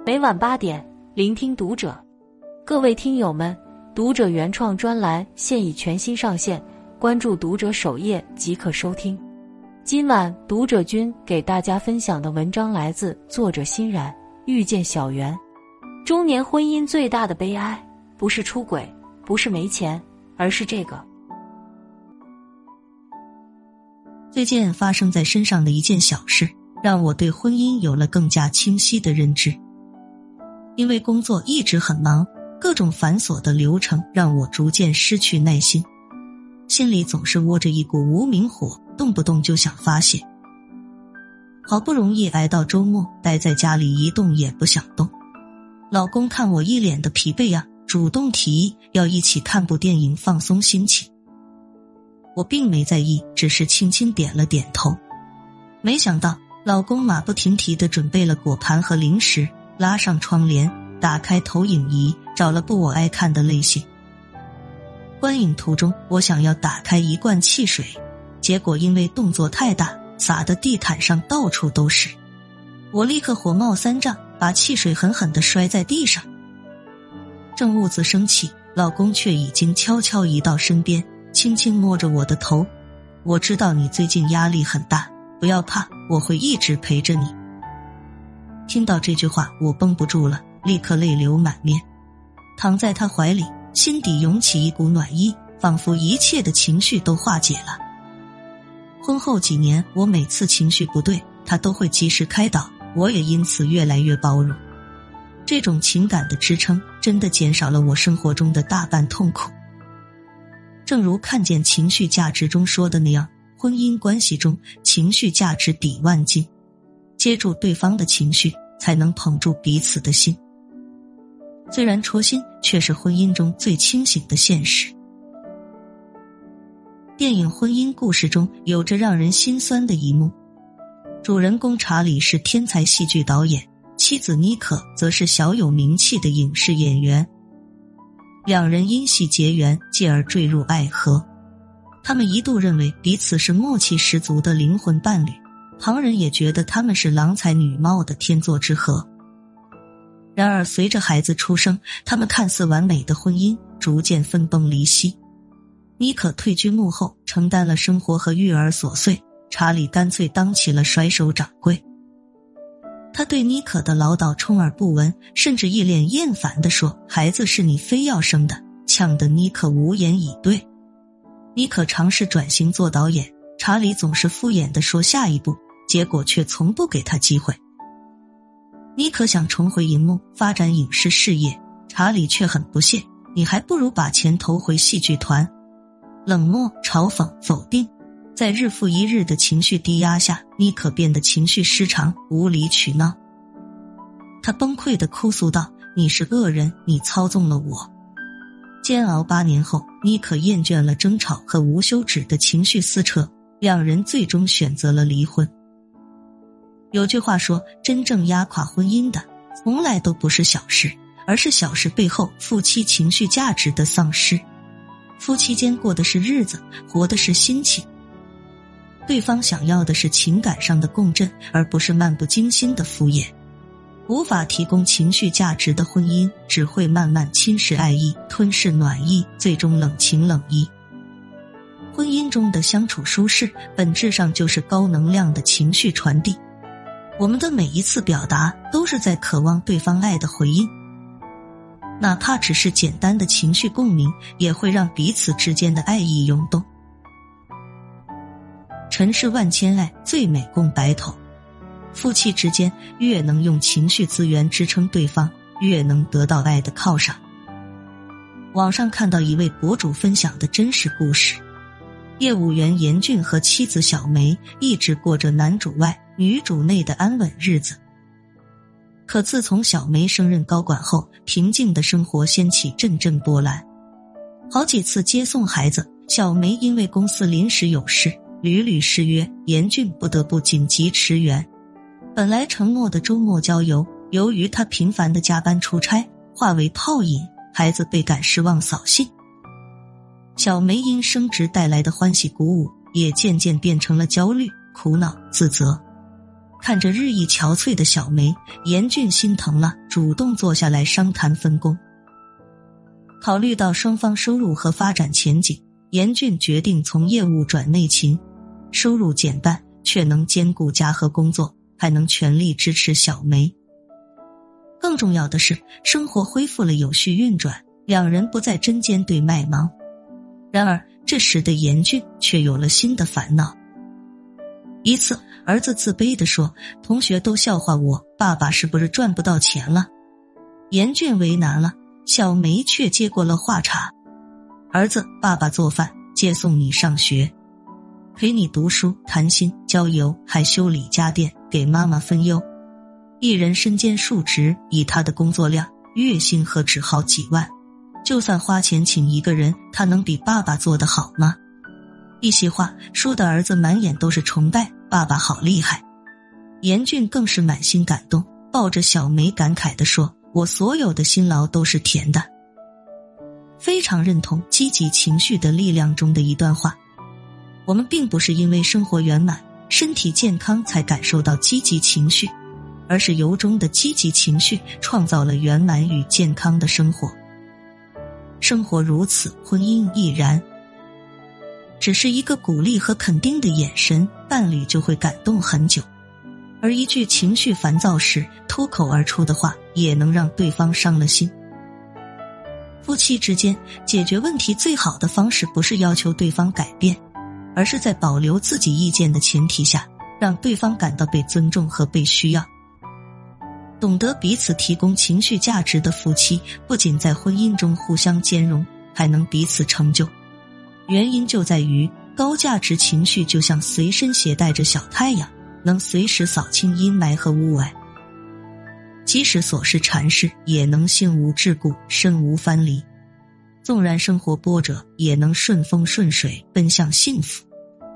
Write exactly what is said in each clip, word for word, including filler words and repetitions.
每晚八点，聆听读者。各位听友们，读者原创专栏现已全新上线，关注读者首页即可收听。今晚读者君给大家分享的文章来自作者欣然。遇见小圆。中年婚姻最大的悲哀，不是出轨，不是没钱，而是这个。 最近发生在身上的一件小事，让我对婚姻有了更加清晰的认知。因为工作一直很忙，各种繁琐的流程让我逐渐失去耐心，心里总是窝着一股无名火，动不动就想发泄。好不容易挨到周末，待在家里一动也不想动。老公看我一脸的疲惫啊，主动提议要一起看部电影放松心情。我并没在意，只是轻轻点了点头。没想到老公马不停蹄地准备了果盘和零食，拉上窗帘，打开投影仪，找了部我爱看的类型。观影途中，我想要打开一罐汽水，结果因为动作太大，洒的地毯上到处都是。我立刻火冒三丈，把汽水狠狠地摔在地上。正兀自生气，老公却已经悄悄移到身边，轻轻摸着我的头。我知道你最近压力很大，不要怕，我会一直陪着你。听到这句话，我绷不住了，立刻泪流满面，躺在他怀里，心底涌起一股暖意，仿佛一切的情绪都化解了。婚后几年，我每次情绪不对，他都会及时开导，我也因此越来越包容。这种情感的支撑，真的减少了我生活中的大半痛苦。正如看见情绪价值中说的那样，婚姻关系中情绪价值抵万金，接住对方的情绪，才能捧住彼此的心。虽然戳心，却是婚姻中最清醒的现实。电影《婚姻故事》中有着让人心酸的一幕，主人公查理是天才戏剧导演，妻子妮可则是小有名气的影视演员。两人因戏结缘，继而坠入爱河。他们一度认为彼此是默契十足的灵魂伴侣，旁人也觉得他们是郎才女貌的天作之合。然而随着孩子出生，他们看似完美的婚姻逐渐分崩离析。妮可退居幕后，承担了生活和育儿琐碎，查理干脆当起了甩手掌柜。他对妮可的唠叨充耳不闻，甚至一脸厌烦地说，孩子是你非要生的，呛得妮可无言以对。妮可尝试转型做导演，查理总是敷衍地说下一步，结果却从不给他机会。妮可想重回荧幕，发展影视事业，查理却很不屑，你还不如把钱投回戏剧团。冷漠、嘲讽、否定，在日复一日的情绪低压下，妮可变得情绪失常，无理取闹。她崩溃地哭诉道，你是恶人，你操纵了我。煎熬八年后，妮可厌倦了争吵和无休止的情绪撕扯，两人最终选择了离婚。有句话说，真正压垮婚姻的从来都不是小事，而是小事背后夫妻情绪价值的丧失。夫妻间过的是日子，活的是心情。对方想要的是情感上的共振，而不是漫不经心的敷衍。无法提供情绪价值的婚姻，只会慢慢侵蚀爱意，吞噬暖意，最终冷情冷意。婚姻中的相处舒适，本质上就是高能量的情绪传递。我们的每一次表达，都是在渴望对方爱的回应。哪怕只是简单的情绪共鸣，也会让彼此之间的爱意涌动。尘世万千爱，最美共白头。夫妻之间越能用情绪资源支撑对方，越能得到爱的犒赏。网上看到一位博主分享的真实故事，业务员严俊和妻子小梅一直过着男主外女主内的安稳日子。可自从小梅升任高管后，平静的生活掀起阵阵波澜。好几次接送孩子，小梅因为公司临时有事，屡屡失约，严俊不得不紧急驰援。本来承诺的周末郊游，由于他频繁的加班出差，化为泡影，孩子倍感失望扫兴。小梅因升职带来的欢喜鼓舞，也渐渐变成了焦虑、苦恼、自责。 看着日益憔悴的小梅，严俊心疼了，主动坐下来商谈分工。考虑到双方收入和发展前景，严俊决定从业务转内勤，收入减半，却能兼顾家和工作，还能全力支持小梅。更重要的是，生活恢复了有序运转，两人不再针尖对麦芒。然而这时的严俊却有了新的烦恼。一次，儿子自卑地说，同学都笑话我，爸爸是不是赚不到钱了？严俊为难了，小梅却接过了话茬，儿子，爸爸做饭，接送你上学，陪你读书、谈心、郊游，还修理家电，给妈妈分忧。一人身兼数职，以他的工作量，月薪何止好几万，就算花钱请一个人，他能比爸爸做得好吗？一席话说的儿子满眼都是崇拜，爸爸好厉害。严俊更是满心感动，抱着小梅感慨地说，我所有的辛劳都是甜的。非常认同积极情绪的力量中的一段话，我们并不是因为生活圆满、身体健康才感受到积极情绪，而是由衷的积极情绪创造了圆满与健康的生活。生活如此，婚姻亦然。只是一个鼓励和肯定的眼神，伴侣就会感动很久。而一句情绪烦躁时脱口而出的话，也能让对方伤了心。夫妻之间解决问题最好的方式，不是要求对方改变，而是在保留自己意见的前提下，让对方感到被尊重和被需要。懂得彼此提供情绪价值的夫妻，不仅在婚姻中互相兼容，还能彼此成就。原因就在于高价值情绪就像随身携带着小太阳，能随时扫清阴霾和雾霭，即使琐事缠事，也能心无桎梏，身无分离。纵然生活波折，也能顺风顺水，奔向幸福。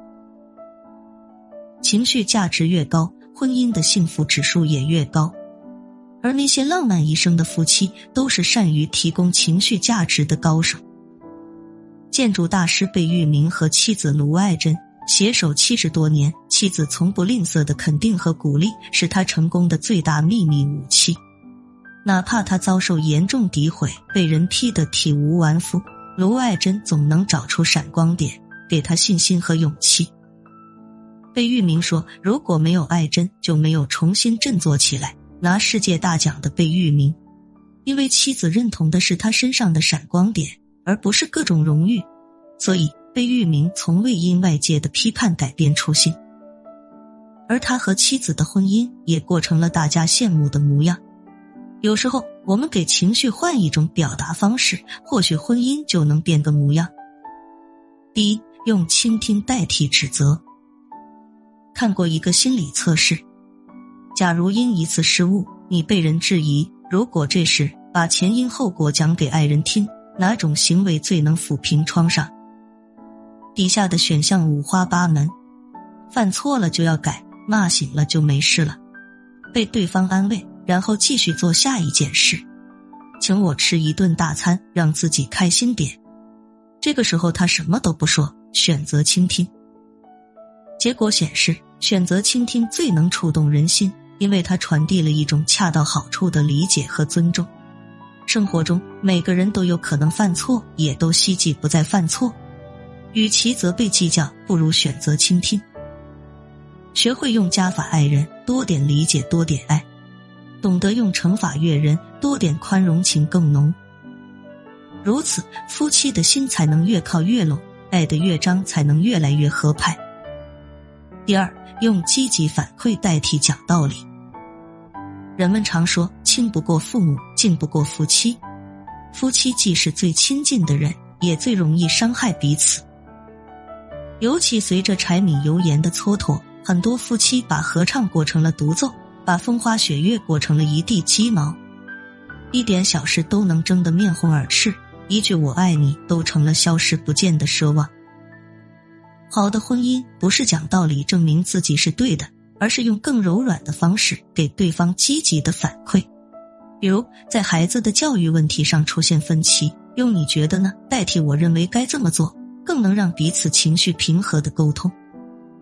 情绪价值越高，婚姻的幸福指数也越高。而那些浪漫一生的夫妻，都是善于提供情绪价值的高手。建筑大师贝聿铭和妻子卢爱珍携手七十多年，妻子从不吝啬的肯定和鼓励，是他成功的最大秘密武器。哪怕他遭受严重诋毁，被人批得体无完肤，卢爱珍总能找出闪光点，给他信心和勇气。贝聿铭说，如果没有爱珍，就没有重新振作起来拿世界大奖的贝聿铭。因为妻子认同的是他身上的闪光点，而不是各种荣誉，所以贝聿铭从未因外界的批判改变初心。而他和妻子的婚姻也过成了大家羡慕的模样。有时候我们给情绪换一种表达方式，或许婚姻就能变个模样。第一，用倾听代替指责。看过一个心理测试，假如因一次失误你被人质疑，如果这时把前因后果讲给爱人听，哪种行为最能抚平创伤？底下的选项五花八门，犯错了就要改，骂醒了就没事了，被对方安慰，然后继续做下一件事，请我吃一顿大餐，让自己开心点。这个时候他什么都不说，选择倾听。结果显示，选择倾听最能触动人心，因为它传递了一种恰到好处的理解和尊重。生活中每个人都有可能犯错，也都希冀不再犯错。与其责备计较，不如选择倾听。学会用加法爱人，多点理解，多点爱；懂得用乘法悦人，多点宽容，情更浓。如此，夫妻的心才能越靠越拢，爱的乐章才能越来越合拍。第二，用积极反馈代替讲道理。人们常说，亲不过父母，近不过夫妻。夫妻既是最亲近的人，也最容易伤害彼此。尤其随着柴米油盐的蹉跎，很多夫妻把合唱过成了独奏，把风花雪月过成了一地鸡毛。一点小事都能争得面红耳赤，一句我爱你都成了消失不见的奢望。好的婚姻不是讲道理证明自己是对的，而是用更柔软的方式给对方积极的反馈。比如在孩子的教育问题上出现分歧，用你觉得呢代替我认为该这么做，更能让彼此情绪平和的沟通。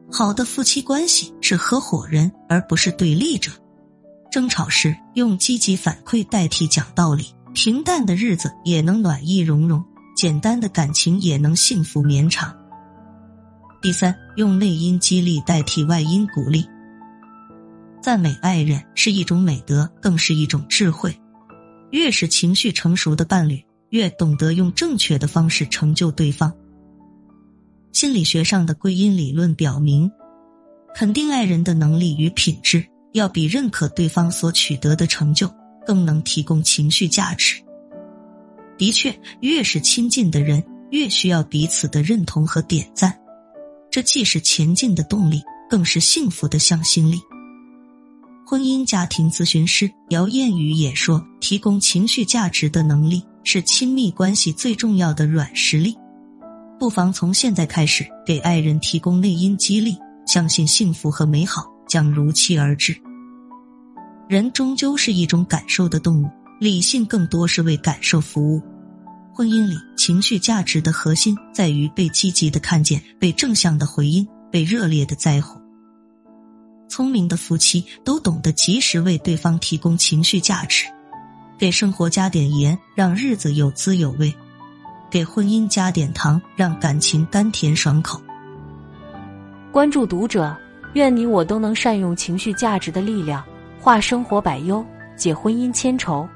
好的夫妻关系是合伙人，而不是对立者。争吵时用积极反馈代替讲道理，平淡的日子也能暖意融融，简单的感情也能幸福绵长。第三，用内因激励代替外因鼓励。赞美爱人是一种美德，更是一种智慧。越是情绪成熟的伴侣，越懂得用正确的方式成就对方。心理学上的归因理论表明，肯定爱人的能力与品质，要比认可对方所取得的成就更能提供情绪价值。的确，越是亲近的人，越需要彼此的认同和点赞，这既是前进的动力，更是幸福的向心力。婚姻家庭咨询师姚燕宇也说，提供情绪价值的能力是亲密关系最重要的软实力。不妨从现在开始给爱人提供内因激励，相信幸福和美好将如期而至。人终究是一种感受的动物，理性更多是为感受服务。婚姻里情绪价值的核心在于被积极的看见，被正向的回应，被热烈的在乎。聪明的夫妻都懂得及时为对方提供情绪价值，给生活加点盐，让日子有滋有味；给婚姻加点糖，让感情甘甜爽口。 关注读者，愿你我都能善用情绪价值的力量，化生活百忧，解婚姻千愁。